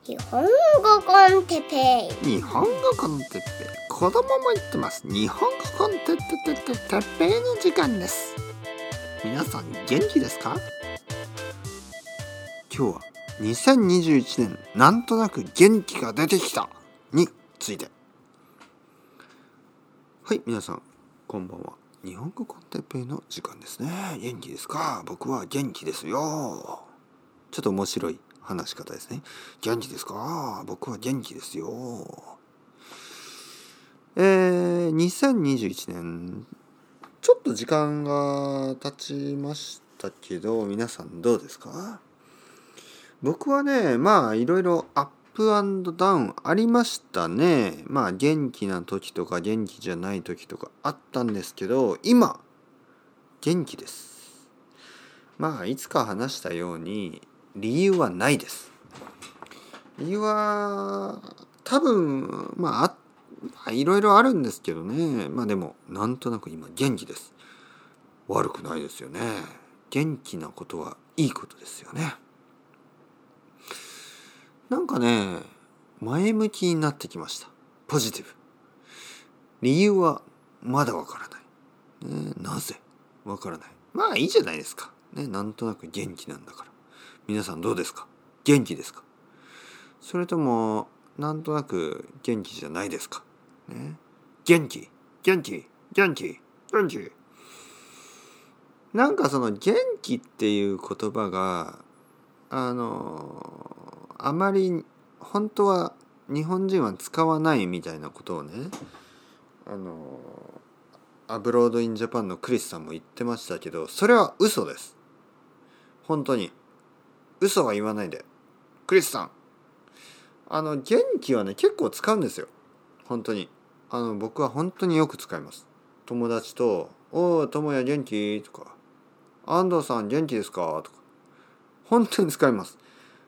日本語コンテッペイ。 日本語コンテッペイ。子供も言ってます。日本語コンテッペイの時間です。皆さん元気ですか？今日は2021年なんとなく元気が出てきたについて。はい、皆さんこんばんは。日本語コンテッペイの時間ですね。元気ですか？僕は元気ですよ。ちょっと面白い話し方ですね。元気ですか？僕は元気ですよ。2021年ちょっと時間が経ちましたけど、皆さんどうですか？僕はね、いろいろアップアンドダウンありましたね。元気な時とか元気じゃない時とかあったんですけど、今元気です。いつか話したように理由はないです。理由は多分いろいろあるんですけどね。でもなんとなく今元気です。悪くないですよね。元気なことはいいことですよね。なんかね、前向きになってきました。ポジティブ。理由はまだわからない、なぜわからない。いいじゃないですかね。なんとなく元気なんだから。皆さんどうですか？元気ですか？それともなんとなく元気じゃないですかね。元気なんかその元気っていう言葉があまり本当は日本人は使わないみたいなことをね、アブロードインジャパンのクリスさんも言ってましたけど、それは嘘です。本当に嘘は言わないで。クリスさん、元気はね結構使うんですよ。本当に僕は本当によく使います。友達と「おう友也元気?」とか「安藤さん元気ですか?」とか本当に使います。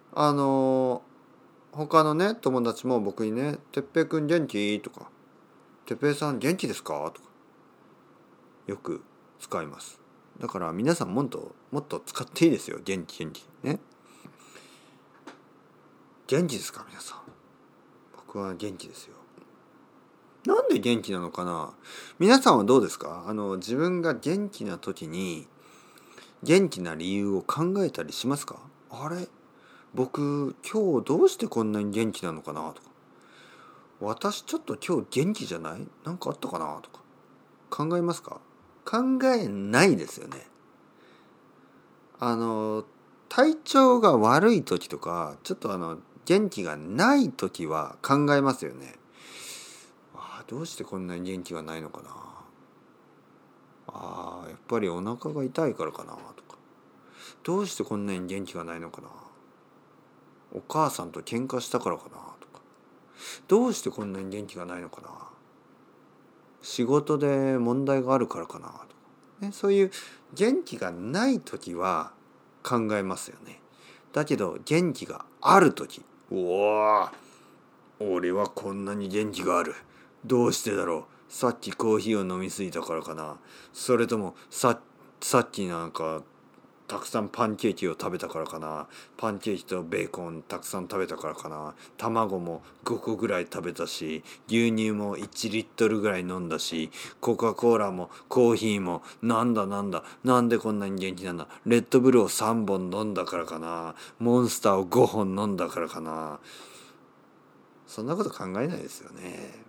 他のね友達も僕にね「てっぺいくん元気?」とか「てっぺいさん元気ですか?」とかよく使います。だから皆さんもっと使っていいですよ。元気ね。元気ですか皆さん？僕は元気ですよ。なんで元気なのかな？皆さんはどうですか？自分が元気な時に元気な理由を考えたりしますか？あれ、僕今日どうしてこんなに元気なのかなとか、私ちょっと今日元気じゃない？なんかあったかなとか考えますか？考えないですよね。体調が悪い時とかちょっと元気がない時は考えますよね。どうしてこんなに元気がないのかな。やっぱりお腹が痛いからかなとか、どうしてこんなに元気がないのかな。お母さんと喧嘩したからかなとか、どうしてこんなに元気がないのかな。仕事で問題があるからかなとか、そういう元気がない時は考えますよね。だけど元気がある時、俺はこんなに元気がある。どうしてだろう。さっきコーヒーを飲み過ぎたからかな。それともさっきなんかたくさんパンケーキを食べたからかな。パンケーキとベーコンたくさん食べたからかな。卵も5個ぐらい食べたし、牛乳も1リットルぐらい飲んだし、コカ・コーラもコーヒーもなんでこんなに元気なんだ。レッドブルを3本飲んだからかな。モンスターを5本飲んだからかな。そんなこと考えないですよね。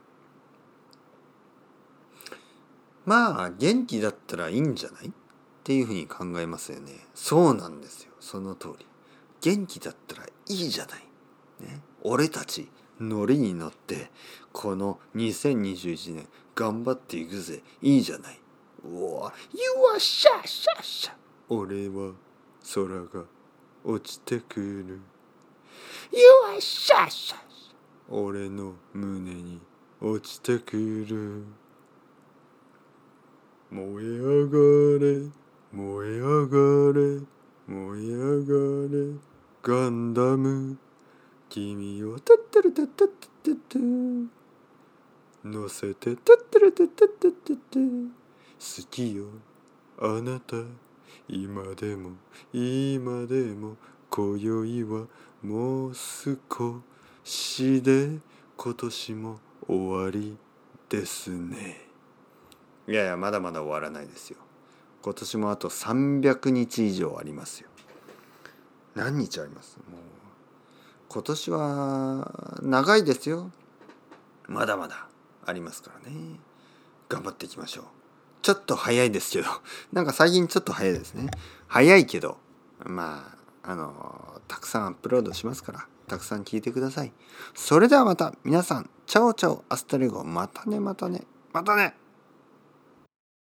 元気だったらいいんじゃないっていうふうに考えますよね。そうなんですよ。その通り。元気だったらいいじゃない。ね、俺たちノリに乗ってこの2021年頑張っていくぜ。いいじゃない。うわ、You are シャシャシャ。俺は空が落ちてくる。You are シャシャシャ。俺の胸に落ちてくる。燃え上がれ燃え上がれ燃え上がれガンダム、君をタッタルタッタッタッタッ乗せてタッタルタッタッタッタッタ、好きよあなた、今でも今宵はもう少しで今年も終わりですね。いやいや、まだまだ終わらないですよ。今年もあと300日以上ありますよ。何日あります？もう今年は長いですよ。まだまだありますからね。頑張っていきましょう。ちょっと早いですけど、なんか最近ちょっと早いですね。早いけど、たくさんアップロードしますから、たくさん聞いてください。それではまた皆さん、チャオチャオアスタレゴ、またねまたねまたね。